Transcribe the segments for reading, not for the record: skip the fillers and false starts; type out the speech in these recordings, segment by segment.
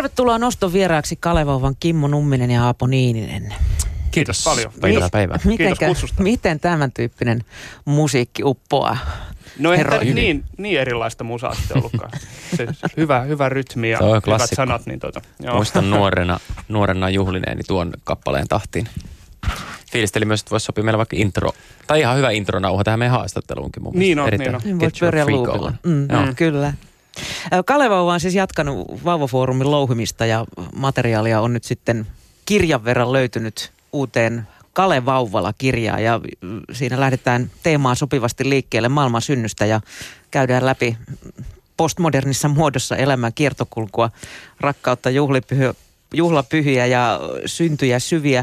Tervetuloa noston vieraaksi Kalevauvan Kimmo Numminen ja Aapo Niininen. Kiitos paljon. Päivää. Kiitos kutsusta. Miten tämän tyyppinen musiikki uppoaa? No ei niin erilaista musaa sitten ollutkaan. Se, hyvä rytmi ja hyvät sanat. Niin Muistan nuorena juhlineeni tuon kappaleen tahtiin. Fiilistelin myös, että voisi sopia meillä vaikka intro. Tai ihan hyvä intronauha tähän meidän haastatteluunkin mun mielestä. Niin on. Voit pyöriä luupilla. Kyllä. Kalevauva on siis jatkanut Vauvafoorumin louhimista ja materiaalia on nyt sitten kirjan verran löytynyt uuteen Kalevauvala-kirjaa ja siinä lähdetään teemaa sopivasti liikkeelle maailman synnystä ja käydään läpi postmodernissa muodossa elämän kiertokulkua, rakkautta, juhlapyhiä ja syntyjä syviä.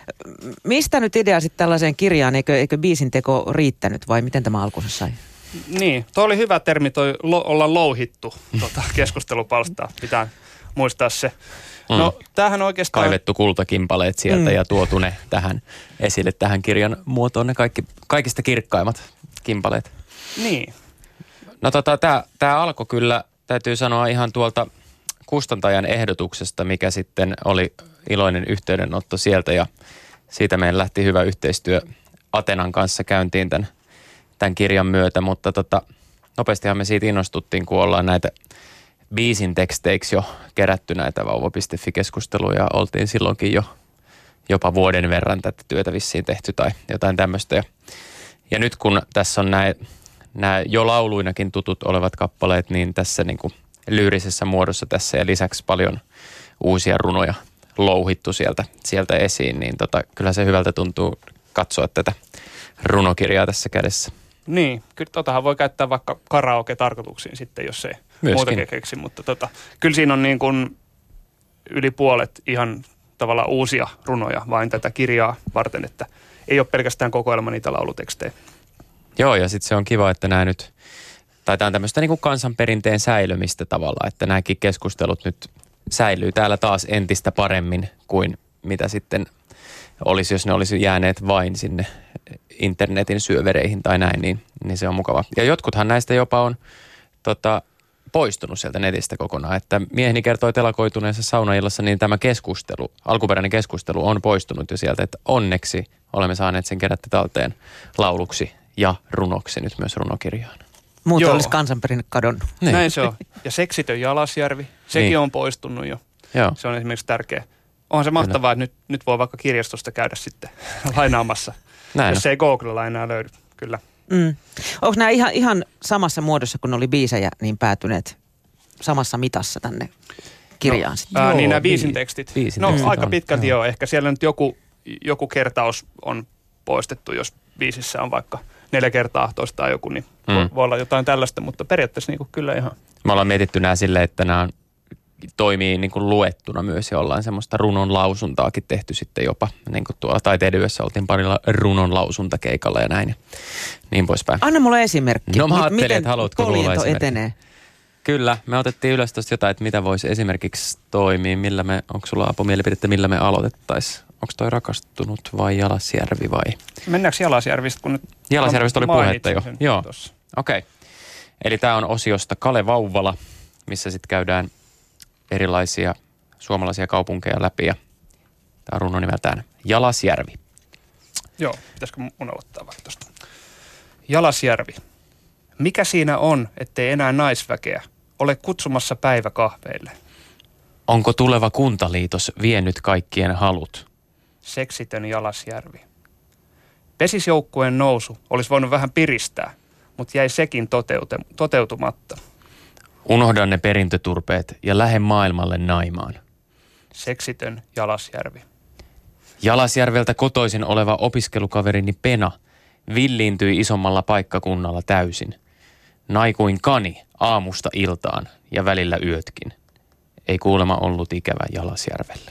Mistä nyt idea sitten tällaiseen kirjaan? Eikö biisin teko riittänyt vai miten tämä alkunsa sai? Niin, toi oli hyvä termi olla louhittu keskustelupalstaa. Pitää muistaa se. No, tämähän oikeastaan... Kaivettu kultakimpaleet sieltä ja tuotu ne esille tähän kirjan muotoon, ne kaikista kirkkaimmat kimpaleet. Niin. No tämä alkoi kyllä, täytyy sanoa ihan tuolta kustantajan ehdotuksesta, mikä sitten oli iloinen yhteydenotto sieltä ja siitä meidän lähti hyvä yhteistyö Atenan kanssa käyntiin tämän kirjan myötä, mutta nopeastihan me siitä innostuttiin, kun ollaan näitä biisin teksteiksi jo kerätty näitä vauva.fi-keskusteluja. Oltiin silloinkin jo jopa vuoden verran tätä työtä vissiin tehty tai jotain tämmöistä. Ja nyt kun tässä on nämä jo lauluinakin tutut olevat kappaleet, niin tässä niin kuin lyyrisessä muodossa tässä ja lisäksi paljon uusia runoja louhittu sieltä esiin, niin kyllä se hyvältä tuntuu katsoa tätä runokirjaa tässä kädessä. Niin, kyllä totahan voi käyttää vaikka karaoke-tarkoituksiin sitten, jos ei muutakin keksi, mutta kyllä siinä on niin kuin yli puolet ihan tavallaan uusia runoja vain tätä kirjaa varten, että ei ole pelkästään kokoelma niitä laulutekstejä. Joo, ja sitten se on kiva, että nämä nyt, tai tämä on tämmöistä niin kuin kansanperinteen säilymistä tavallaan, että nämäkin keskustelut nyt säilyy täällä taas entistä paremmin kuin mitä sitten olisi, jos ne olisi jääneet vain sinne internetin syövereihin tai näin, niin se on mukava. Ja jotkuthan näistä jopa on poistunut sieltä netistä kokonaan, että mieheni kertoi telakoituneensa saunaillassa, niin tämä alkuperäinen keskustelu on poistunut jo sieltä, että onneksi olemme saaneet sen kerättä talteen lauluksi ja runoksi nyt myös runokirjaan. Muuten olisi kansanperinne kadonnut. Niin. Näin se on. Ja Seksitön Jalasjärvi, sekin on poistunut jo. Joo. Se on esimerkiksi tärkeä. Onhan se mahtavaa, että nyt voi vaikka kirjastosta käydä sitten lainaamassa, näin jos ei Googlella enää löydy. Kyllä. Onko nämä ihan samassa muodossa, kun oli biisejä, niin päätyneet samassa mitassa tänne kirjaan sitten? Niin nämä biisin tekstit. Aika pitkälti joo. Ehkä siellä nyt joku kertaus on poistettu, jos biisissä on vaikka 4 kertaa toistaa joku, niin voi olla jotain tällaista, mutta periaatteessa niin kuin kyllä ihan. Me ollaan mietitty nämä silleen, että nämä toimii niin kuin luettuna myös ja ollaan semmoista runon lausuntaakin tehty sitten jopa. Niin kuin tuolla Taiteiden Yössä oltiin parilla runon lausuntakeikalla ja näin ja niin poispäin. Anna mulle esimerkki. No mä ajattelin, että haluatko kuulla esimerkki. Etenee? Kyllä, me otettiin ylös tuosta jotain, että mitä voisi esimerkiksi toimia, onko sulla Aapo mielipidettä, millä me aloitettaisiin? Onko toi Rakastunut vai Jalasjärvi vai? Mennäänkö Jalasjärvistä, kun nyt Jalasjärvistä oli puhetta jo. Joo, okei. Okay. Eli tämä on osiosta Kalevauvala, missä sitten käydään erilaisia suomalaisia kaupunkeja läpi ja tämä on runo nimeltään Jalasjärvi. Joo, pitäisikö mun aloittaa vaikka tuosta? Jalasjärvi. Mikä siinä on, ettei enää naisväkeä ole kutsumassa päiväkahveille? Onko tuleva kuntaliitos vienyt kaikkien halut? Seksitön Jalasjärvi. Pesisjoukkueen nousu olisi voinut vähän piristää, mutta jäi sekin toteutumatta. Unohdan ne perintöturpeet ja lähde maailmalle naimaan. Seksitön Jalasjärvi. Jalasjärveltä kotoisin oleva opiskelukaverini Pena villiintyi isommalla paikkakunnalla täysin. Naikuin kani aamusta iltaan ja välillä yötkin. Ei kuulemma ollut ikävä Jalasjärvelle.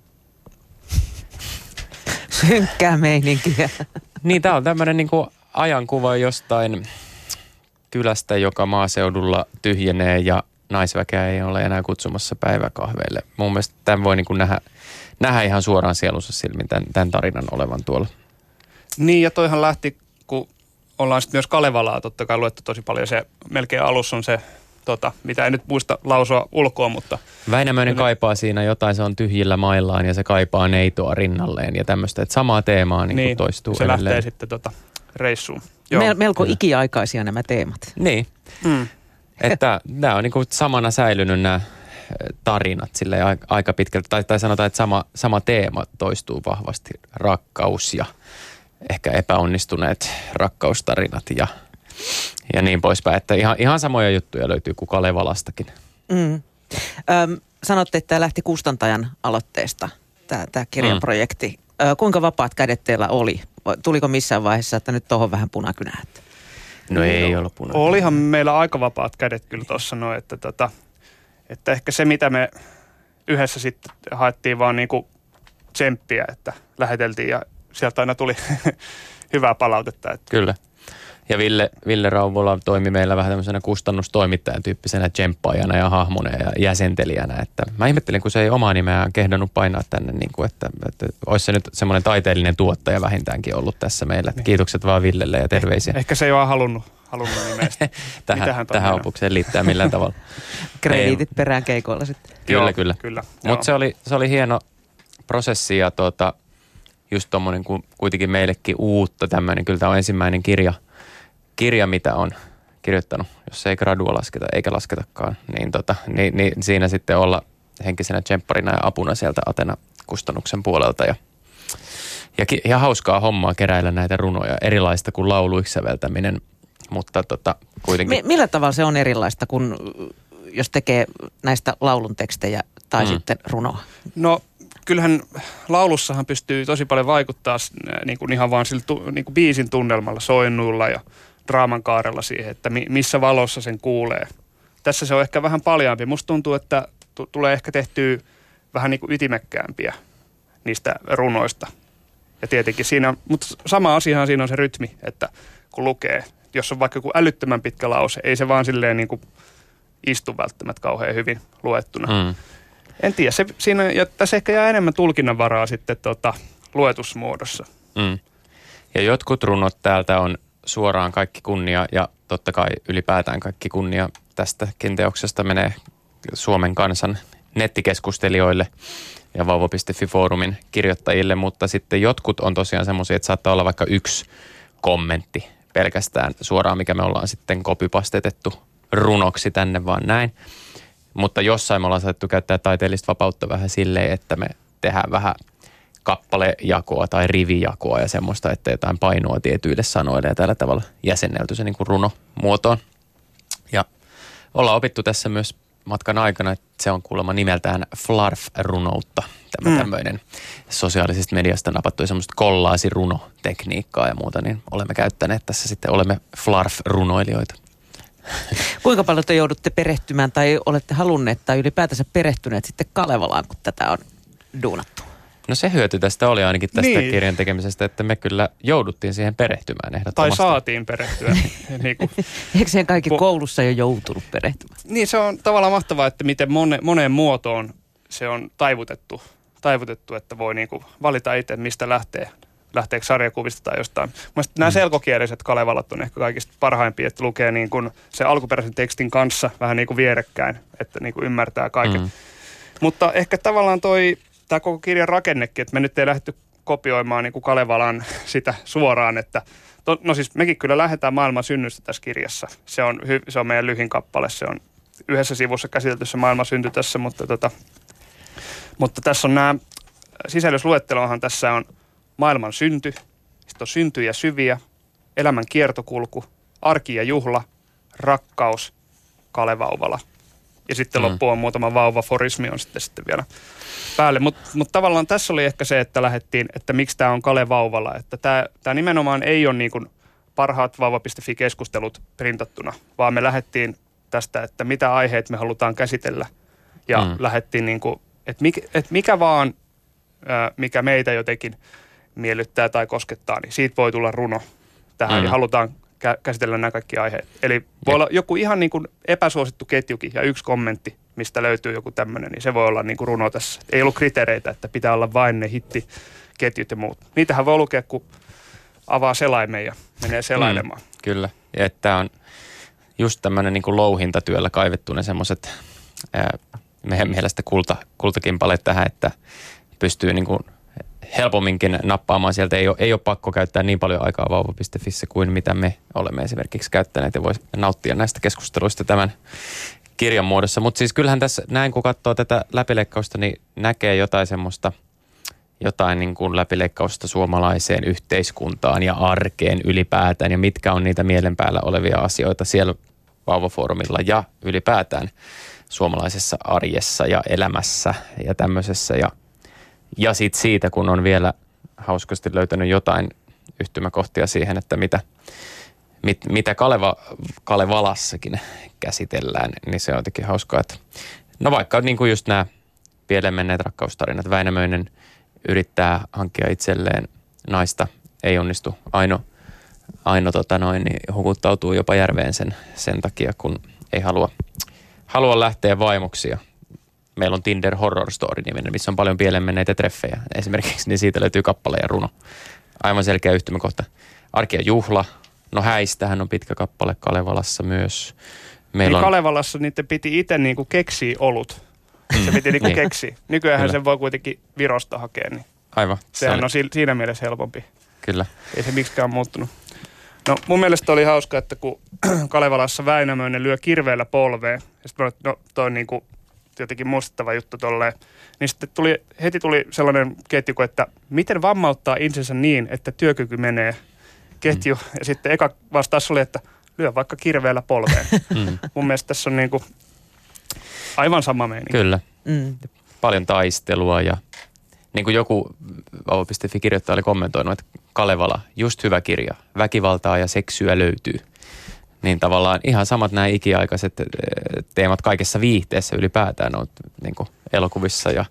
Synkkää meininkiä. Niin, tää on tämmönen niinku ajankuva jostain kylästä, joka maaseudulla tyhjenee ja naisväkeä ei ole enää kutsumassa päiväkahveille. Mun mielestä tämän voi niinku nähdä ihan suoraan sielunsa silmin tämän tarinan olevan tuolla. Niin, ja toihan lähti, kun ollaan sitten myös Kalevalaa totta kai luettu tosi paljon. Se melkein alussa on se mitä en nyt muista lausua ulkoa, mutta... Väinämöinen kaipaa siinä jotain, se on tyhjillä maillaan ja se kaipaa neitoa rinnalleen ja tämmöistä, että samaa teemaa niin toistuu se edelleen. Lähtee sitten reissuun. Melko ikiaikaisia nämä teemat. Niin, että nämä on niin kuin samana säilynyt nämä tarinat silleen aika pitkälti, tai sanotaan, että sama teema toistuu vahvasti, rakkaus ja ehkä epäonnistuneet rakkaustarinat ja niin poispäin, että ihan samoja juttuja löytyy kuin Kalevalastakin. Sanotte, että tämä lähti kustantajan aloitteesta, tämä kirjaprojekti. Kuinka vapaat kädet teillä oli? Tuliko missään vaiheessa, että nyt tuohon vähän punakynää? No ei ollut punakynää. Olihan meillä aika vapaat kädet kyllä tuossa noin, että ehkä se mitä me yhdessä sitten haettiin vaan niinku tsemppiä, että läheteltiin ja sieltä aina tuli hyvää palautetta. Että. Kyllä. Ja Ville Rauvola toimi meillä vähän tämmöisenä kustannustoimittajan tyyppisenä tsemppaajana ja hahmona ja jäsentelijänä. Että mä ihmettelin, kun se ei omaa nimeään kehdannut painaa tänne, niin kuin, että olisi se nyt semmoinen taiteellinen tuottaja vähintäänkin ollut tässä meillä. Että kiitokset vaan Villelle ja terveisiä. Ehkä se ei ole halunnut nimestä. tähän opukseen liittää millään tavalla. Krediitit perään keikoilla sitten. Kyllä. Mutta se oli hieno prosessi ja just tommonen kuitenkin meillekin uutta tämmöinen. Kyllä tämä on ensimmäinen kirja, mitä on kirjoittanut, jos ei gradua lasketa, eikä lasketakaan, niin siinä sitten olla henkisenä tsempparina ja apuna sieltä Atena-kustannuksen puolelta. Ja hauskaa hommaa keräillä näitä runoja, erilaista kuin lauluiksi säveltäminen, mutta kuitenkin. Millä tavalla se on erilaista, kun jos tekee näistä laulun tekstejä tai sitten runoa? No kyllähän laulussahan pystyy tosi paljon vaikuttaa niin kuin ihan vaan sillä niin kuin biisin tunnelmalla, soinnuilla ja draaman kaarella siihen, että missä valossa sen kuulee. Tässä se on ehkä vähän paljaampi. Musta tuntuu, että tulee ehkä tehtyä vähän niin kuin ytimekkäämpiä niistä runoista. Ja tietenkin siinä, mutta sama asiahan siinä on se rytmi, että kun lukee, jos on vaikka joku älyttömän pitkä lause, ei se vaan silleen niin kuin istu välttämättä kauhean hyvin luettuna. En tiedä, ja tässä ehkä jää enemmän tulkinnanvaraa sitten luetusmuodossa. Ja jotkut runot täältä on suoraan kaikki kunnia ja totta kai ylipäätään kaikki kunnia tästäkin teoksesta menee Suomen kansan nettikeskustelijoille ja vauva.fi-foorumin kirjoittajille, mutta sitten jotkut on tosiaan semmoisia, että saattaa olla vaikka yksi kommentti pelkästään suoraan, mikä me ollaan sitten copypastetettu runoksi tänne vaan näin. Mutta jossain me ollaan saatettu käyttää taiteellista vapautta vähän silleen, että me tehdään vähän kappalejakoa tai rivijakoa ja semmoista, että jotain painoa tietyille sanoille ja tällä tavalla jäsennelty se niin kuin runomuotoon. Ja ollaan opittu tässä myös matkan aikana, että se on kuulemma nimeltään flarf-runoutta. Tämä tämmöinen sosiaalisesta mediasta napattu semmoista kollaasirunotekniikkaa ja muuta, niin olemme käyttäneet tässä sitten, olemme flarf-runoilijoita. Kuinka paljon te joudutte perehtymään tai olette halunneet tai ylipäätänsä perehtyneet sitten Kalevalaan, kun tätä on duunattu? No se hyöty tästä oli ainakin tästä kirjan tekemisestä, että me kyllä jouduttiin siihen perehtymään ehdottomasti. Tai saatiin perehtyä. Eikö siihen kaikki koulussa jo joutunut perehtymään? Niin se on tavallaan mahtavaa, että miten moneen muotoon se on taivutettu, että voi niinku valita itse, mistä lähteekö sarjakuvista tai jostain. Mielestäni nämä selkokieliset Kalevalat on ehkä kaikista parhaimpia, että lukee niin kuin se alkuperäisen tekstin kanssa vähän niin kuin vierekkäin, että niin kuin ymmärtää kaiken. Mutta ehkä tavallaan tämä koko kirjan rakennekin, että me nyt ei lähdetty kopioimaan niin kuin Kalevalan sitä suoraan, että no siis mekin kyllä lähdetään maailman synnystä tässä kirjassa. Se on meidän lyhin kappale, se on yhdessä sivussa käsitelty se maailman synty tässä, mutta tässä on nämä sisällysluettelohan tässä on maailman synty, sitten on syntyjä syviä, elämän kiertokulku, arki ja juhla, rakkaus, Kalevauvala. Ja sitten loppuun on muutama vauvaforismi on sitten vielä päälle. Mutta tavallaan tässä oli ehkä se, että lähdettiin, että miksi tämä on Kalevauvala. Että tämä nimenomaan ei ole niin kuin parhaat vauva.fi-keskustelut printattuna, vaan me lähdettiin tästä, että mitä aiheet me halutaan käsitellä. Ja lähdettiin niin kuin, että mikä vaan, mikä meitä jotenkin miellyttää tai koskettaa, niin siitä voi tulla runo tähän ja halutaan käsitellä nämä kaikki aiheet. Eli voi olla joku ihan niin kuin epäsuosittu ketjukin ja yksi kommentti, mistä löytyy joku tämmöinen, niin se voi olla niin kuin runo tässä. Ei ollut kriteereitä, että pitää olla vain ne hittiketjut ja muut. Niitähän voi lukea, kun avaa selaimen ja menee selailemaan. Kyllä, ja että on just tämmöinen niin kuin louhintatyöllä kaivettu ne semmoiset meidän mielestä kultakimpaleet tähän, että pystyy niin kuin helpomminkin nappaamaan sieltä. Ei ole pakko käyttää niin paljon aikaa vauva.fissä kuin mitä me olemme esimerkiksi käyttäneet ja voi nauttia näistä keskusteluista tämän kirjan muodossa. Mutta siis kyllähän tässä näin, kun katsoo tätä läpileikkausta, niin näkee jotain niin kuin läpileikkausta suomalaiseen yhteiskuntaan ja arkeen ylipäätään ja mitkä on niitä mielen päällä olevia asioita siellä vauvafoorumilla ja ylipäätään suomalaisessa arjessa ja elämässä ja tämmöisessä. Ja sitten siitä, kun on vielä hauskasti löytänyt jotain yhtymäkohtia siihen, että mitä Kalevalassakin käsitellään, niin se on jotenkin hauskaa, että no vaikka niin kuin just nämä pieleen menneet rakkaustarinat, Väinämöinen yrittää hankkia itselleen naista, ei onnistu, Aino niin hukuttautuu jopa järveen sen takia, kun ei halua lähteä vaimoksi. Ja meillä on Tinder Horror Story-niminen, missä on paljon pieleen menneitä treffejä esimerkiksi, niin siitä löytyy kappale ja runo. Aivan selkeä yhtymäkohta. Arki ja juhla. No häistähän on pitkä kappale Kalevalassa myös. Meillä on Kalevalassa niiden piti itse niinku keksiä olut. Se piti niinku keksiä. Nykyäänhän sen voi kuitenkin Virosta hakea, niin aivan. Sehän on siinä mielessä helpompi. Kyllä. Ei se miksikään muuttunut. No mun mielestä oli hauska, että kun Kalevalassa Väinämöinen lyö kirveellä polveen, ja sitten toi on niinku jotenkin muistettava juttu tolleen, niin sitten heti tuli sellainen ketju, että miten vammauttaa itsensä niin, että työkyky menee ketju. Ja sitten eka vastaus oli, että lyö vaikka kirveellä polveen. Mun mielestä tässä on niinku aivan sama meininki. Kyllä. Paljon taistelua ja niin kuin joku vauva.fi-kirjoittaja oli kommentoinut, että Kalevala, just hyvä kirja, väkivaltaa ja seksyä löytyy. Niin tavallaan ihan samat nämä ikiaikaiset teemat kaikessa viihteessä ylipäätään on niin kuin elokuvissa ja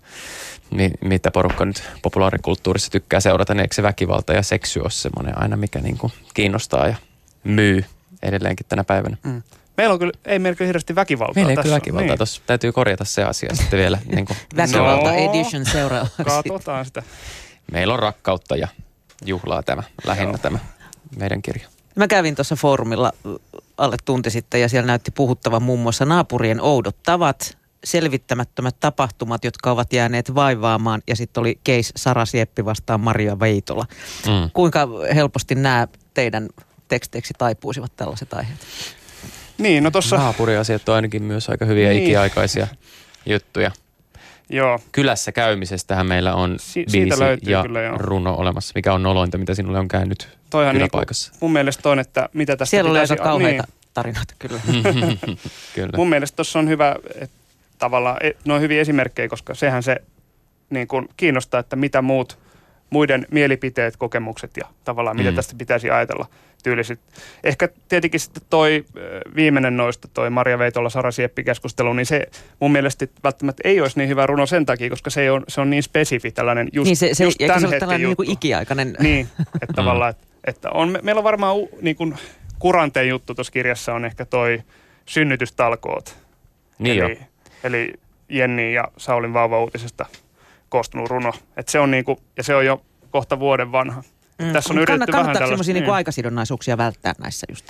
mitä porukka nyt populaarikulttuurissa tykkää seurata, niin eikö se väkivalta ja seksy ole semmoinen aina, mikä niin kuin kiinnostaa ja myy edelleenkin tänä päivänä. Meillä on kyllä, ei meillä kyllä hirveästi väkivaltaa. Meillä ei kyllä väkivaltaa. Niin. Tuossa täytyy korjata se asia sitten vielä. Niin kuin väkivalta edition seuraavaksi. Katsotaan sitä. Meillä on rakkautta ja juhlaa lähinnä tämä meidän kirja. Mä kävin tuossa foorumilla alle tunti sitten ja siellä näytti puhuttavan muun muassa naapurien oudot tavat, selvittämättömät tapahtumat, jotka ovat jääneet vaivaamaan ja sitten oli case Sara Sieppi vastaan Maria Veitola. Kuinka helposti nämä teidän teksteiksi taipuisivat tällaiset aiheet? Niin, no tossa naapuriasiat on ainakin myös aika hyviä ikiaikaisia juttuja. Joo. Kylässä käymisestähän meillä on biisi ja kyllä, runo olemassa. Mikä on nolointa, mitä sinulle on käynyt kyläpaikassa? Mun mielestä on, että mitä tästä siellä pitäisi... Siellä oli aika kauheita tarinoita, kyllä. Kyllä. Mun mielestä tuossa on hyvä, että tavallaan, ne on hyviä esimerkkejä, koska sehän se niin kuin kiinnostaa, että mitä muiden mielipiteet, kokemukset ja tavallaan mitä tästä pitäisi ajatella tyyliset. Ehkä tietenkin sitten toi viimeinen noista, toi Maria Veitola, Sara Sieppi-keskustelu, niin se mun mielestä välttämättä ei olisi niin hyvä runo sen takia, koska se on niin spesifi tällainen just, niin se just tämän hetken tällainen juttu. Niin kuin ikiaikainen. Niin, että tavallaan, että meillä on varmaan niin kuin kuranteen juttu tuossa kirjassa on ehkä toi synnytystalkoot. Niin eli Jenni ja Saulin vauvauutisesta koostunut runo. Että se on niinku, ja se on jo kohta vuoden vanha. Tässä on yritetty vähän tällaista. Semmoisia niinku aikasidonnaisuuksia välttää näissä just?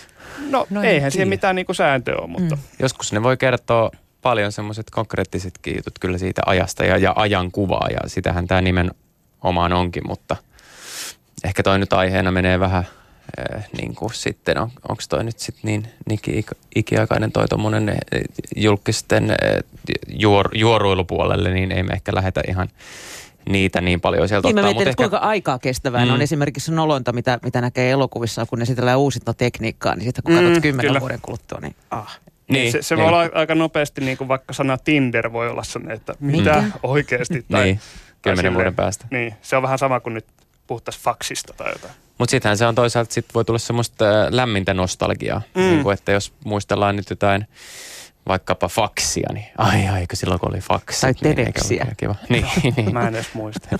No eihän siihen mitään niinku sääntöä ole, mutta... Joskus ne voi kertoa paljon semmoiset konkreettisetkin jutut kyllä siitä ajasta ja ajankuvaa, ja sitähän tämä nimenomaan onkin, mutta ehkä toi nyt aiheena menee vähän niin kuin sitten, onko toi nyt sitten niin ikiaikainen toi tommonen julkisten juoruilupuolelle, niin ei me ehkä lähetä ihan niitä niin paljon sieltä niin ottaa. Niin mä mietin, kuinka aikaa kestävää on esimerkiksi nolointa, mitä näkee elokuvissa, kun ne esitellään uusinta tekniikkaa, niin sitten kun katsot 10 vuoden kuluttua, niin Niin, se voi olla aika nopeasti, niin kuin vaikka sana Tinder voi olla sellainen, että mitä oikeasti. Tai, niin, 10 vuoden päästä. Niin, se on vähän sama kuin nyt puhuttaisiin faksista tai jotain. Mutta sittenhän se on toisaalta, sit voi tulla semmoista lämmintä nostalgiaa, niin kuin, että jos muistellaan nyt jotain vaikkapa faksia, niin eikö silloin kun oli faksi. Tai tedeksiä. Niin. Mä en edes muista.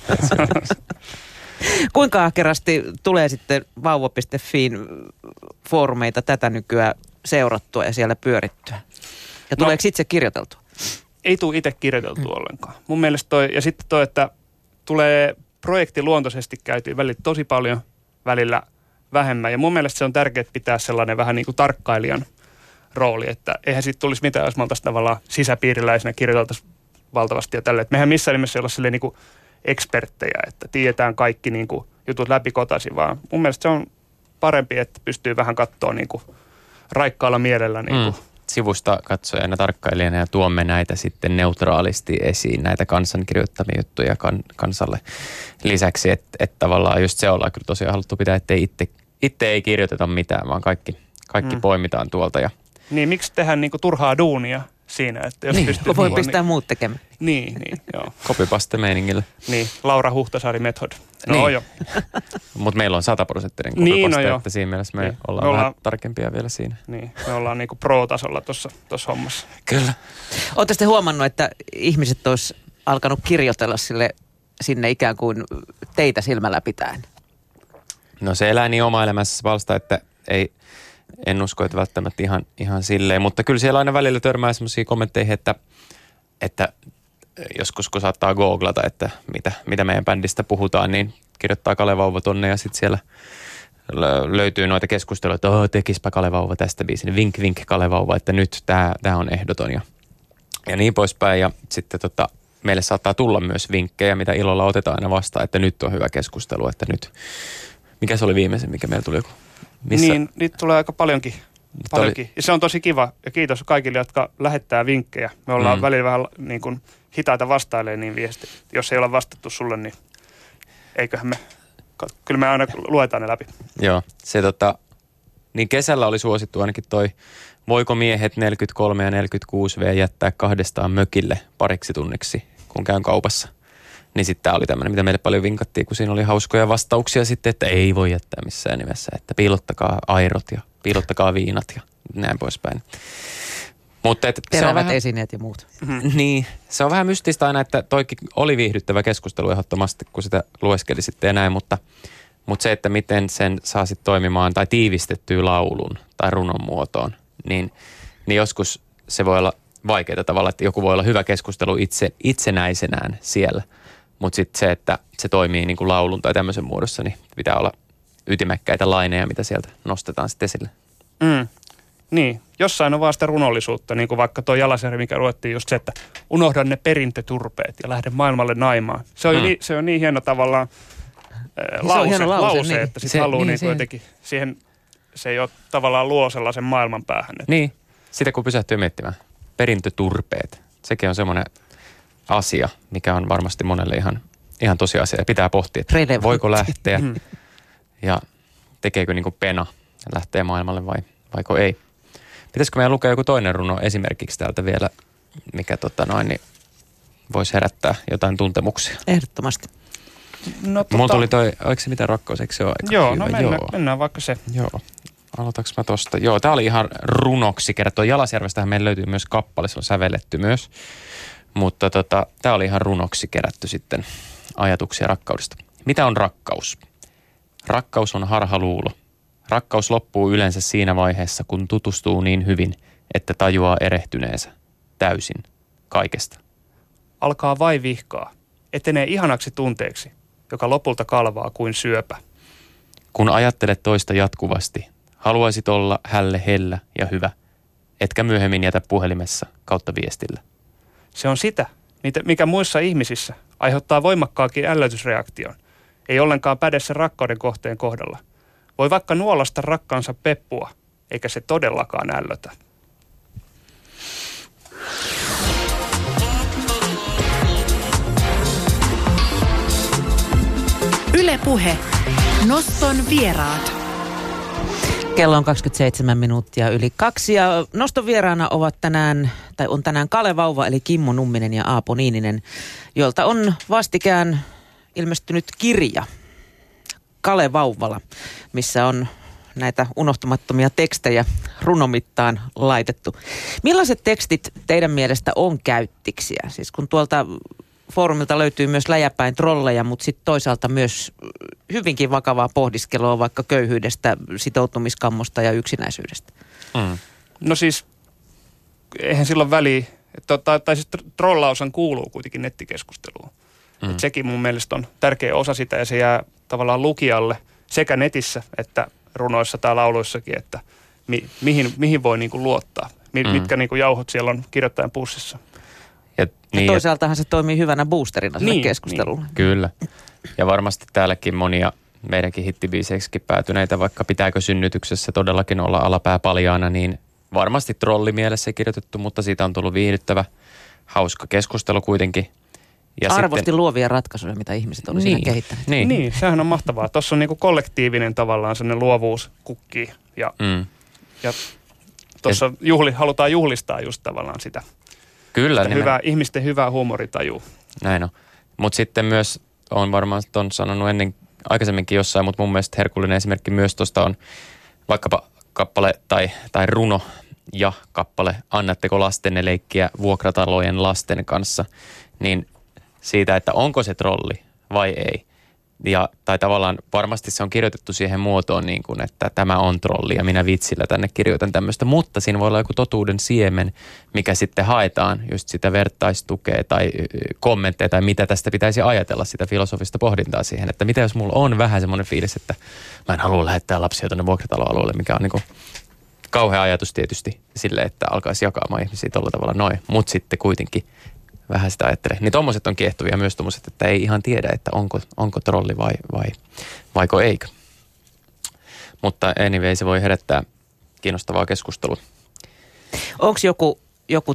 Kuinka ahkerasti tulee sitten vauva.fiin foorumeita tätä nykyään seurattua ja siellä pyörittyä? Ja tuleeko itse kirjoiteltua? Ei tule itse kirjoiteltua ollenkaan. Mun mielestä ja sitten että tulee projektiluontoisesti käytyy välillä tosi paljon, välillä vähemmän. Ja mun mielestä se on tärkeää pitää sellainen vähän niin kuin tarkkailijan rooli, että eihän siitä tulisi mitään, jos me oltaisiin tavallaan sisäpiiriläisenä kirjoiteltaisiin valtavasti ja tälle. Mehän missään nimessä ei olla silleen niin kuin eksperttejä, että tiedetään kaikki niin kuin jutut läpikotaisin, vaan mun mielestä se on parempi, että pystyy vähän katsoa niin kuin raikkaalla mielellä. Niin kuin. Sivusta katsojana, tarkkailijana ja tuomme näitä sitten neutraalisti esiin, näitä kansan kirjoittamia juttuja kansalle lisäksi, että tavallaan just se ollaan kyllä tosiaan haluttu pitää, että itse ei kirjoiteta mitään, vaan kaikki poimitaan tuolta. Ja niin, miksi tehdään niinku turhaa duunia siinä, että jos pystyy... Voi pistää muut tekemään. Niin, joo. Copypaste meiningillä. Niin, Laura Huhtasaari method. No niin. Jo. Mutta meillä on 100% copypaste, niin, no että siinä mielessä me ollaan vähän tarkempia vielä siinä. Niin, me ollaan niinku pro-tasolla tuossa hommassa. Kyllä. Oletteko te huomannut, että ihmiset olisi alkanut kirjoitella sinne ikään kuin teitä silmällä pitäen? No se elää niin oma elämässä valsta, että en usko, että välttämättä ihan silleen. Mutta kyllä siellä aina välillä törmää semmoisia kommentteihin, että joskus kun saattaa googlata, että mitä meidän bändistä puhutaan, niin kirjoittaa Kalevauva tonne ja sitten siellä löytyy noita keskusteluja, että tekispä Kalevauva tästä biisin. Vink, vink Kalevauva, että nyt tämä on ehdoton ja niin poispäin. Ja sitten meille saattaa tulla myös vinkkejä, mitä ilolla otetaan aina vastaan, että nyt on hyvä keskustelu, että nyt... Mikä se oli viimeisen, mikä meillä tuli joku? Missä? Niin, niitä tulee aika paljonkin. Ja se on tosi kiva ja kiitos kaikille, jotka lähettää vinkkejä. Me ollaan välillä vähän niin kuin hitaita vastailemaan niin viesti. Jos ei ole vastattu sulle, niin eiköhän me, kyllä me aina luetaan ne läpi. Joo, se niin kesällä oli suosittu ainakin toi, voiko miehet 43 ja 46V jättää kahdestaan mökille pariksi tunniksi, kun käyn kaupassa. Niin sitten tämä oli tämmöinen, mitä meille paljon vinkattiin, kun siinä oli hauskoja vastauksia sitten, että ei voi jättää missään nimessä, että piilottakaa airot ja piilottakaa viinat ja näin poispäin. Mutta terävät esineet ja muut. Niin, se on vähän mystistä aina, että toikin oli viihdyttävä keskustelu ehdottomasti, kun sitä lueskeli sitten ja näin, mutta se, että miten sen saa sitten toimimaan tai tiivistettyä laulun tai runon muotoon, niin joskus se voi olla vaikeaa tavalla, että joku voi olla hyvä keskustelu itsenäisenään siellä. Mutta sitten se, että se toimii niin kuin laulun tai tämmöisen muodossa, niin pitää olla ytimekkäitä laineja, mitä sieltä nostetaan sitten esille. Niin, jossain on vaan sitä runollisuutta, niin kuin vaikka tuo Jalasjärvi, mikä luettiin just se, että unohda ne perintöturpeet ja lähde maailmalle naimaan. Se on niin hieno tavallaan lause, että sitten haluaa niin jotenkin siihen, se ei ole tavallaan luo sellaisen maailman päähän. Että. Niin, sitä kun pysähtyy miettimään. Perintöturpeet, sekin on semmoinen asia, mikä on varmasti monelle ihan tosiasia ja pitää pohtia, että voiko lähteä ja tekeekö niin kuin pena lähteä maailmalle vaiko ei. Pitäisikö meidän lukea joku toinen runo esimerkiksi täältä vielä, mikä niin voisi herättää jotain tuntemuksia? Ehdottomasti. No, mulla tuli oliko se mitä rakkaus, eikö se ole aika joo, hyvä? No mennään vaikka se. Joo. Aloitaks mä tosta? Joo, tää oli ihan runoksi kertoo. Jalasjärvestähän meillä löytyy myös kappale, se on sävelletty myös. Mutta tää oli ihan runoksi kerätty sitten ajatuksia rakkaudesta. Mitä on rakkaus? Rakkaus on harhaluulo. Rakkaus loppuu yleensä siinä vaiheessa, kun tutustuu niin hyvin, että tajuaa erehtyneensä täysin kaikesta. Alkaa vaivihkaa. Etenee ihanaksi tunteeksi, joka lopulta kalvaa kuin syöpä. Kun ajattelet toista jatkuvasti, haluaisit olla hälle hellä ja hyvä, etkä myöhemmin jätä puhelimessa kautta viestillä. Se on sitä, mikä muissa ihmisissä aiheuttaa voimakkaakin ällötysreaktion. Ei ollenkaan päde sen rakkauden kohteen kohdalla. Voi vaikka nuolasta rakkaansa peppua, eikä se todellakaan ällötä. Yle Puhe. Noston vieraat. Kello on 27 minuuttia yli 2 ja noston vieraana on tänään Kalevauva eli Kimmo Numminen ja Aapo Niininen, joilta on vastikään ilmestynyt kirja Kalevauvalla, missä on näitä unohtumattomia tekstejä runomittaan laitettu. Millaiset tekstit teidän mielestä on käyttiksiä? Siis kun tuolta foorumilta löytyy myös läjäpäin trolleja, mutta sitten toisaalta myös hyvinkin vakavaa pohdiskelua vaikka köyhyydestä, sitoutumiskammosta ja yksinäisyydestä. No siis, eihän silloin väliä, tai siis trollaushan kuuluu kuitenkin nettikeskusteluun. Et sekin mun mielestä on tärkeä osa sitä ja se jää tavallaan lukijalle sekä netissä että runoissa tai lauluissakin, että mihin voi niin kuin luottaa. Mitkä niin kuin jauhot siellä on kirjoittajan pussissa. Ja toisaaltahan se toimii hyvänä boosterina sille keskustelulle. Niin. Kyllä. Ja varmasti täälläkin monia meidänkin hittibiiseiksikin päätyneitä, vaikka pitääkö synnytyksessä todellakin olla alapää paljaana, niin varmasti trollimielessä kirjoitettu, mutta siitä on tullut viihdyttävä, hauska keskustelu kuitenkin. Ja arvosti sitten tuovia ratkaisuja, mitä ihmiset oli siinä kehittäneet. Niin, sehän on mahtavaa. Tuossa on niinku kollektiivinen tavallaan sellainen luovuus kukkii ja tuossa halutaan juhlistaa just tavallaan sitä. Kyllä. Sitä ihmisten hyvää huumorintajua. Näin on. Mutta sitten myös, olen varmaan ton sanonut aikaisemminkin jossain, mutta mun mielestä herkullinen esimerkki myös tuosta on vaikkapa kappale tai runo ja kappale Annatteko lastenne leikkiä vuokratalojen lasten kanssa, niin siitä, että onko se trolli vai ei. Tai tavallaan varmasti se on kirjoitettu siihen muotoon niin kuin, että tämä on trolli ja minä vitsillä tänne kirjoitan tämmöistä, mutta siinä voi olla joku totuuden siemen, mikä sitten haetaan just sitä vertaistukea tai kommentteja tai mitä tästä pitäisi ajatella, sitä filosofista pohdintaa siihen, että mitä jos mulla on vähän semmoinen fiilis, että mä en halua lähettää lapsia tuonne vuokrataloalueelle, mikä on niin kuin kauhea ajatus tietysti sille, että alkaisi jakaamaan ihmisiä tuolla tavalla noin, mutta sitten kuitenkin vähän sitä ajattelee. Niin tommoset on kiehtovia myös tommoset, että ei ihan tiedä, että onko trolli vaiko eikö. Mutta anyway, se voi herättää kiinnostavaa keskustelua. Onko joku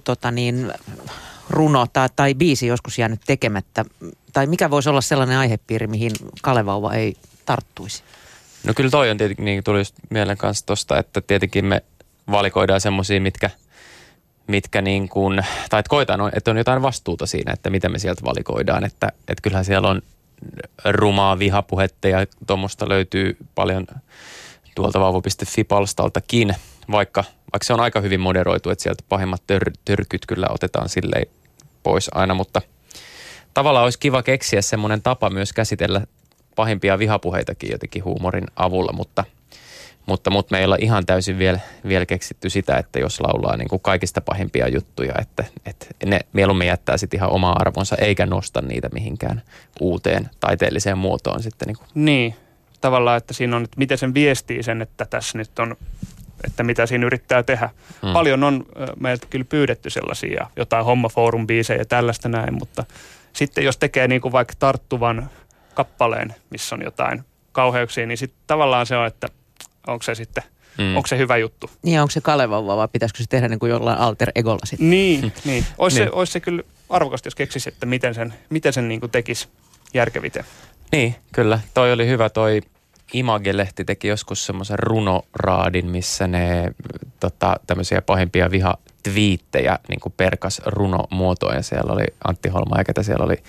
runo tai biisi joskus jäänyt tekemättä? Tai mikä voisi olla sellainen aihepiiri, mihin Kalevauva ei tarttuisi? No kyllä toi on tietenkin, niin tuli just mieleen kanssa tosta, että tietenkin me valikoidaan semmosia, mitkä niin kuin, tai että koetaan, että on jotain vastuuta siinä, että mitä me sieltä valikoidaan, että kyllähän siellä on rumaa vihapuhetta ja tuommoista löytyy paljon tuolta vauva.fi-palstaltakin, vaikka se on aika hyvin moderoitu, että sieltä pahimmat törkyt kyllä otetaan silleen pois aina, mutta tavallaan olisi kiva keksiä semmoinen tapa myös käsitellä pahimpia vihapuheitakin jotenkin huumorin avulla, mutta me ei olla ihan täysin vielä keksitty sitä, että jos laulaa niin kuin kaikista pahimpia juttuja, että ne mieluummin jättää sitten ihan omaa arvonsa, eikä nosta niitä mihinkään uuteen taiteelliseen muotoon sitten. Niin, tavallaan, että siinä on, että miten sen viestii sen, että tässä nyt on, että mitä siinä yrittää tehdä. Paljon on meiltä kyllä pyydetty sellaisia, jotain hommafoorum-biisejä ja tällaista näin, mutta sitten jos tekee niin kuin vaikka tarttuvan kappaleen, missä on jotain kauheuksia, niin sitten tavallaan se on, että onko se sitten, onko se hyvä juttu? Niin, onko se Kalevauva vai pitäisikö se tehdä niin kuin jollain alter egolla sitten? Niin. Olisi se kyllä arvokasta, jos keksisi, että miten sen niin kuin tekisi järkeviten. Niin, kyllä. Toi oli hyvä. Toi Image-lehti teki joskus semmoisen runoraadin, missä ne tämmöisiä pahimpia vihatviittejä niin kuin perkas runomuotoon. Ja siellä oli Antti Holma ja ketä siellä oli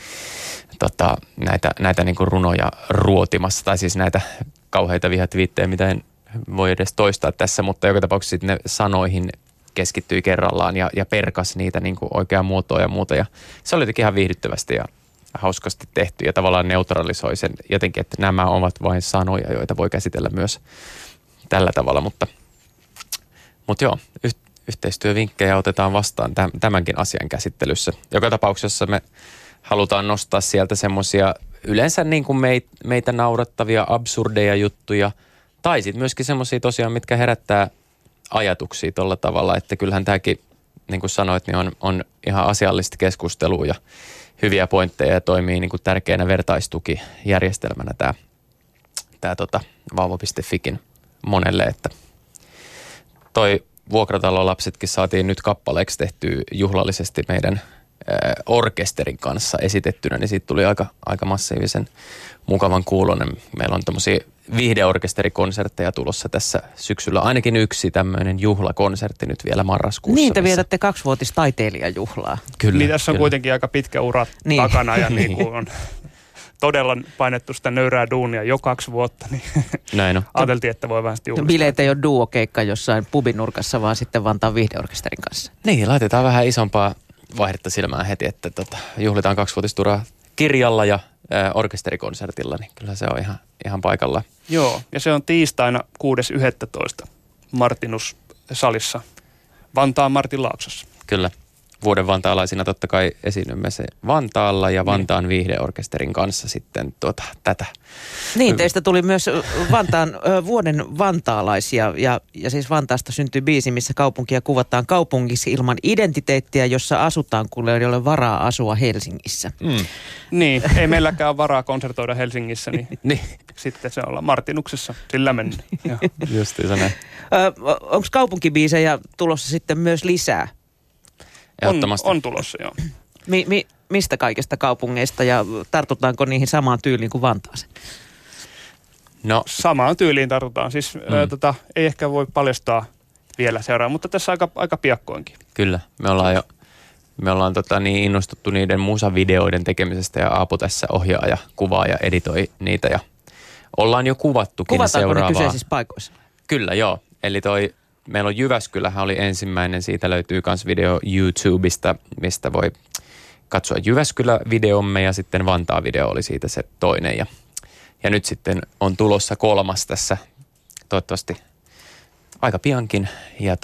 näitä niin kuin runoja ruotimassa. Tai siis näitä kauheita vihatviittejä, mitä en voi edes toistaa tässä, mutta joka tapauksessa sitten ne sanoihin keskittyi kerrallaan ja perkas niitä niin kuin oikeaa muotoa ja muuta. Ja se oli jotenkin ihan viihdyttävästi ja hauskasti tehty ja tavallaan neutralisoi sen jotenkin, että nämä ovat vain sanoja, joita voi käsitellä myös tällä tavalla. Mutta joo, yhteistyövinkkejä otetaan vastaan tämänkin asian käsittelyssä. Joka tapauksessa me halutaan nostaa sieltä semmoisia yleensä niin kuin meitä naurattavia absurdeja juttuja, tai sitten myöskin semmoisia tosiaan, mitkä herättää ajatuksia tuolla tavalla, että kyllähän tämäkin, niin kuin sanoit, niin on ihan asiallista keskustelua ja hyviä pointteja ja toimii niin kuin tärkeänä vertaistukijärjestelmänä tämä vauva.fikin monelle, että toi vuokratalolapsetkin saatiin nyt kappaleeksi tehtyä juhlallisesti meidän orkesterin kanssa esitettynä, niin siitä tuli aika massiivisen mukavan kuulonen. Meillä on tämmöisiä viihdeorkesterikonsertteja tulossa tässä syksyllä. Ainakin yksi tämmöinen juhlakonsertti nyt vielä marraskuussa. Niin, te vietätte 2-vuotis taiteilijajuhlaa. Kyllä. Niin tässä on kuitenkin aika pitkä ura takana ja niin kuin on todella painettu sitä nöyrää duunia jo 2 vuotta, niin näin on. Ajateltiin, että voi vähän sitten juhlistaa. Bileet ei ole duokeikka jossain pubinurkassa, vaan sitten Vantaan viihdeorkesterin kanssa. Niin, laitetaan vähän isompaa vaihdetta silmään heti, että juhlitaan 2-vuotisturaa kirjalla ja orkesterikonsertilla, niin kyllä se on ihan paikallaan. Joo, ja se on tiistaina 6.11. Martinus-salissa Vantaan Martin Laaksossa. Kyllä. vuoden vantaalaisina totta kai esiinnymme se Vantaalla ja Vantaan viihdeorkesterin kanssa sitten tätä. Niin, teistä tuli myös vuoden vantaalaisia ja siis Vantaasta syntyi biisi, missä kaupunkia kuvataan kaupungissa ilman identiteettiä, jossa asutaan, kun ei ole varaa asua Helsingissä. Niin, ei meilläkään ole varaa konsertoida Helsingissä, niin sitten se ollaan Martinuksessa, sillä mennään. Justiinsa näin. Onko kaupunkibiisejä tulossa sitten myös lisää? On tulossa, joo. Mistä kaikista kaupungeista ja tartutaanko niihin samaan tyyliin kuin Vantaaseen? No. Samaan tyyliin tartutaan. Siis ei ehkä voi paljastaa vielä seuraa, mutta tässä aika piakkoinkin. Kyllä, me ollaan niin innostuttu niiden musavideoiden tekemisestä ja Aapo tässä ohjaa ja kuvaa ja editoi niitä ja ollaan jo kuvattukin Kuvataanko seuraavaa. ne kyseisissä paikoissa? Kyllä, joo. Eli meillä on Jyväskylähän oli ensimmäinen, siitä löytyy myös video YouTubesta, mistä voi katsoa Jyväskylä-videomme ja sitten Vantaa-video oli siitä se toinen. Ja nyt sitten on tulossa 3. tässä toivottavasti aika piankin ja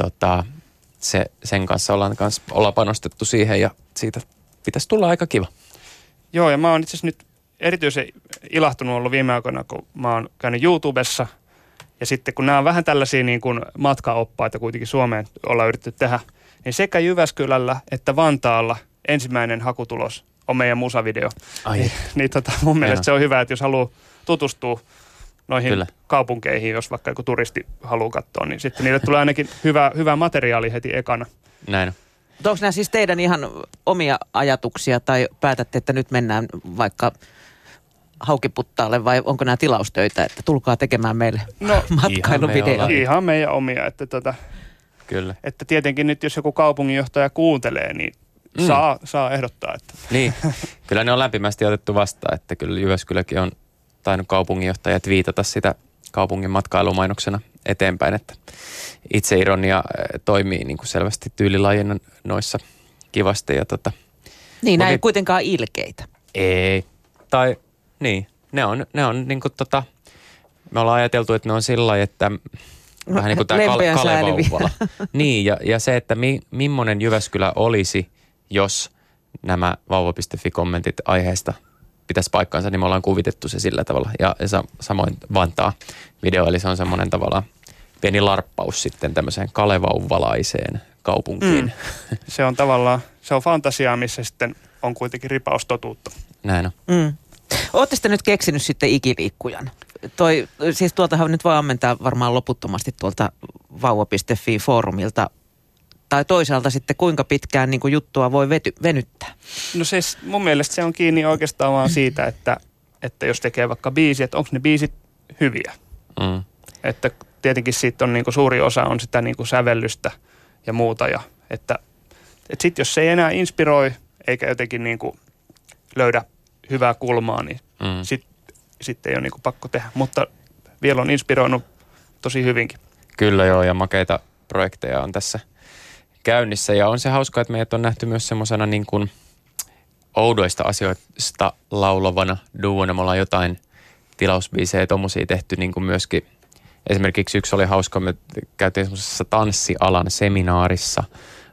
sen kanssa ollaan panostettu siihen ja siitä pitäisi tulla aika kiva. Joo, ja mä oon itse asiassa nyt erityisen ilahtunut ollut viime aikoina, kun mä oon käynyt YouTubessa. Ja sitten kun nämä on vähän tällaisia niin kuin matkaoppaita kuitenkin Suomeen ollaan yritetty tehdä, niin sekä Jyväskylällä että Vantaalla ensimmäinen hakutulos on meidän musavideo. Mun mielestä se on hyvä, että jos haluaa tutustua noihin kaupunkeihin, jos vaikka joku turisti haluaa katsoa, niin sitten niille tulee ainakin hyvä materiaali heti ekana. Näin on. Onko nämä siis teidän ihan omia ajatuksia tai päätätte, että nyt mennään vaikka Haukiputtaalle vai onko nämä tilaustöitä, että tulkaa tekemään meille matkailuvideo? Ihan meidän omia, Kyllä. Että tietenkin nyt jos joku kaupunginjohtaja kuuntelee, niin saa ehdottaa. Että. Niin, kyllä ne on lämpimästi otettu vastaan, että kyllä Jyväskyläkin on tainnut kaupunginjohtajat viitata sitä kaupungin matkailumainoksena eteenpäin, että itseironia toimii niin kuin selvästi tyylilajina noissa kivasti. Ja niin, nämä ei kuitenkaan ilkeitä. Ei, tai niin, ne on niin kuin me ollaan ajateltu, että ne on sillä lailla, että vähän niin kuin tämä Kalevauvala. Niin, ja se, että millainen Jyväskylä olisi, jos nämä vauva.fi-kommentit aiheesta pitäisi paikkaansa, niin me ollaan kuvitettu se sillä tavalla. Ja samoin Vantaa video, eli se on semmoinen tavallaan pieni larppaus sitten tämmöiseen kalevauvalaiseen kaupunkiin. Se on tavallaan, se on fantasiaa, missä sitten on kuitenkin ripaus totuutta. Näin on. Ootte sitten nyt keksinyt sitten ikiliikkujan? Siis tuoltahan nyt voi ammentaa varmaan loputtomasti tuolta vauva.fi-foorumilta. Tai toisaalta sitten kuinka pitkään niin kuin juttua voi venyttää? No siis mun mielestä se on kiinni oikeastaan vaan siitä, että jos tekee vaikka biisi, että onko ne biisit hyviä. Että tietenkin siitä on niin kuin suuri osa on sitä niin kuin sävellystä ja muuta. Ja että sitten jos se ei enää inspiroi eikä jotenkin niin kuin löydä hyvää kulmaa, niin sitten ei ole niin kuin pakko tehdä. Mutta vielä on inspiroinut tosi hyvinkin. Kyllä joo, ja makeita projekteja on tässä käynnissä. Ja on se hauskaa, että meidät on nähty myös semmoisena niin kuin oudoista asioista laulavana duona. Me ollaan jotain tilausbiisejä ja tommosia tehty niin kuin myöskin. Esimerkiksi yksi oli hauska, me käytiin semmoisessa tanssialan seminaarissa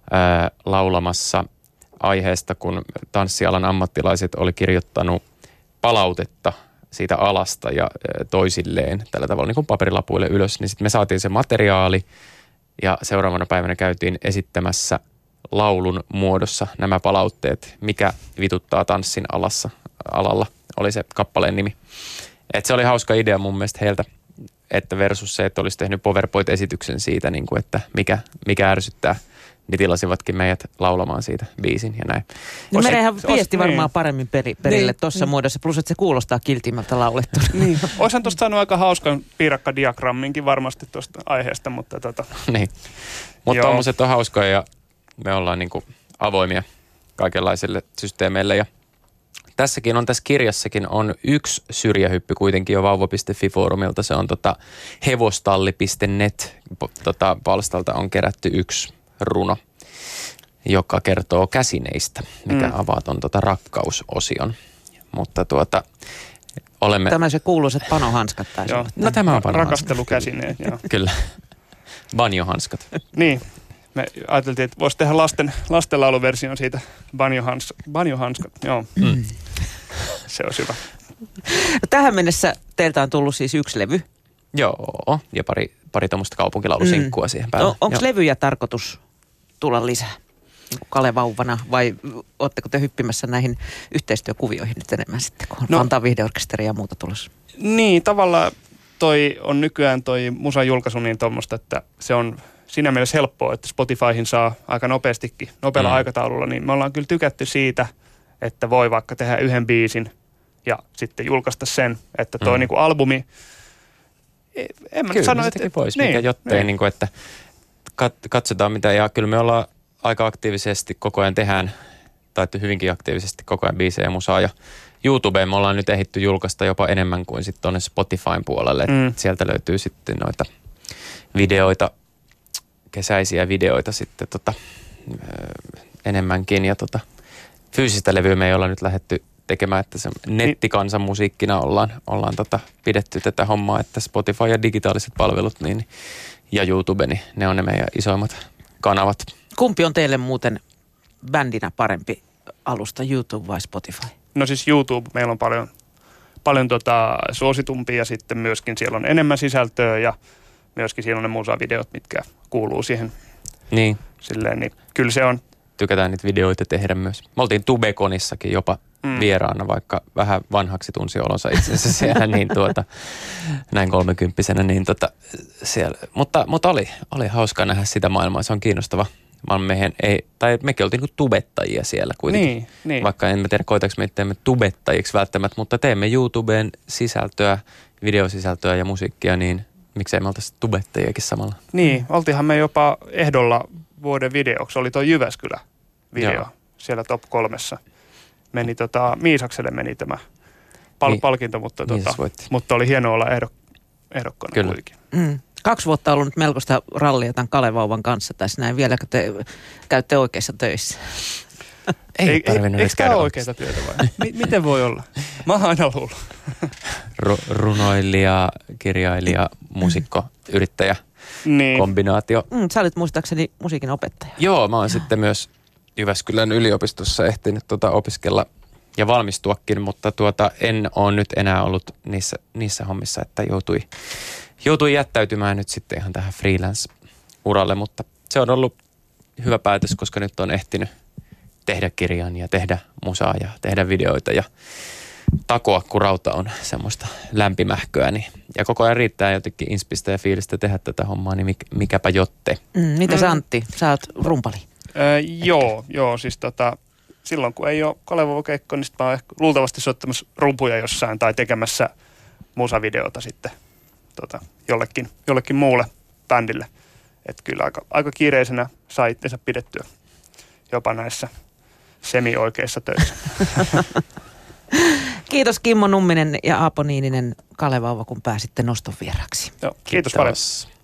laulamassa aiheesta, kun tanssialan ammattilaiset oli kirjoittanut palautetta siitä alasta ja toisilleen tällä tavalla niin kuin paperilapuille ylös, niin sitten me saatiin se materiaali ja seuraavana päivänä käytiin esittämässä laulun muodossa nämä palautteet, mikä vituttaa tanssin alalla, oli se kappaleen nimi. Et se oli hauska idea mun mielestä heiltä, että versus se, että olisi tehnyt PowerPoint-esityksen siitä, niin kuin, että mikä ärsyttää. Niin tilasivatkin meidät laulamaan siitä biisin ja näin. No meneehän viesti varmaan paremmin perille tuossa muodossa, plus että se kuulostaa kiltimmältä laulettuna. Niin. Oishan tuosta saanut aika hauskan piirakkadiagramminkin varmasti tuosta aiheesta, mutta Niin, mutta tommoset on hauskoja ja me ollaan niinku avoimia kaikenlaisille systeemeille ja tässä kirjassakin on yksi syrjähyppy kuitenkin jo vauva.fi-foorumilta. Se on hevostalli.net palstalta on kerätty yksi runo, joka kertoo käsineistä, mikä avaa ton rakkausosion. Mutta olemme... Tämä se kuuluisat panohanskat taisi olla. No tämä on panohanskat. Rakastelukäsineet, joo. Kyllä. Banjohanskat. Niin. Me ajateltiin, että voisi tehdä lastenlauluversion siitä Banjohanskat. Joo. Se on hyvä. Tähän mennessä teiltä on tullut siis 1 levy. Joo, ja pari tuommoista kaupunkilaulusinkkua siihen päälle. Onko levyjä tarkoitus tulla lisää niin kuin Kalevauvana vai ootteko te hyppimässä näihin yhteistyökuvioihin nyt enemmän sitten, kun on Vantaan Viihdeorkesteri ja muuta tulossa? Niin, tavallaan on nykyään toi musan julkaisu niin tuommoista, että se on siinä mielessä helppoa, että Spotifyhin saa aika nopeastikin, nopealla aikataululla, niin me ollaan kyllä tykätty siitä, että voi vaikka tehdä 1 biisin ja sitten julkaista sen, että toi niinku albumi, en mä nyt sano, että pois, mikä jottei, niin kuin, että katsotaan mitä, ja kyllä me ollaan aika aktiivisesti koko ajan tehdään, tai hyvinkin aktiivisesti koko ajan biisejä ja musaa, ja YouTubeen me ollaan nyt ehditty julkaista jopa enemmän kuin sitten tuonne Spotifyn puolelle, että sieltä löytyy sitten noita videoita, kesäisiä videoita sitten enemmänkin, ja fyysistä levyä me ei olla nyt lähdetty tekemään, että se nettikansan musiikkina ollaan pidetty tätä hommaa, että Spotify ja digitaaliset palvelut ja YouTube, niin ne on ne meidän isoimmat kanavat. Kumpi on teille muuten bändinä parempi alusta, YouTube vai Spotify? No siis YouTube, meillä on paljon suositumpia ja sitten myöskin siellä on enemmän sisältöä ja myöskin siellä on ne musavideot, mitkä kuuluu siihen. Niin. Silleen, niin kyllä se on. Tykätään niitä videoita tehdä myös. Me oltiin Tubekonissakin jopa vieraana, vaikka vähän vanhaksi tunsi olonsa itse asiassa siellä, niin näin 30-vuotiaana, niin siellä. Mutta oli hauska nähdä sitä maailmaa, se on kiinnostava. Mekin oltiin niin tubettajia siellä kuitenkin. Niin. Vaikka en tiedä, koetaanko me teemme tubettajiksi välttämättä, mutta teemme YouTubeen sisältöä, videosisältöä ja musiikkia, niin miksei me oltaisi tubettajiakin samalla. Niin, oltiinhan me jopa ehdolla vuoden videoksi, oli tuo Jyväskylä-video. Joo. Siellä top 3. Meni Miisakselle meni tämä palkinto, mutta oli hienoa olla ehdokkana kuitenkin. 2 vuotta on ollut nyt melkoista rallia tämän Kalevauvan kanssa tässä näin. Vieläkö te käytte oikeissa töissä? Ei tarvinnut eikö tämä ole oikeita työtä vai? Miten voi olla? Mä oon aina luullut. Runoilija, kirjailija, muusikko, yrittäjä, kombinaatio. Sä olit muistaakseni musiikin opettaja. Joo, mä oon sitten myös Jyväskylän yliopistossa ehtinyt opiskella ja valmistuakin, mutta en ole nyt enää ollut niissä hommissa, että joutui jättäytymään nyt sitten ihan tähän freelance-uralle, mutta se on ollut hyvä päätös, koska nyt on ehtinyt tehdä kirjan ja tehdä musaa ja tehdä videoita ja takoa, kun rauta on semmoista lämpimähköä. Ja koko ajan riittää jotenkin inspistä ja fiilistä tehdä tätä hommaa, niin mikäpä jotte. Mitä sä, Antti? Sä oot rumpali. Joo, siis silloin kun ei ole Kalevauva-keikko, niin sitten mä oon luultavasti soittamassa rumpuja jossain tai tekemässä musavideota sitten jollekin muulle bändille. Että kyllä aika kiireisenä saa itsensä pidettyä jopa näissä semi-oikeissa töissä. Kiitos Kimmo Numminen ja Aapo Niininen Kalevauva, kun pääsitte noston vieraksi. Joo, kiitos paljon.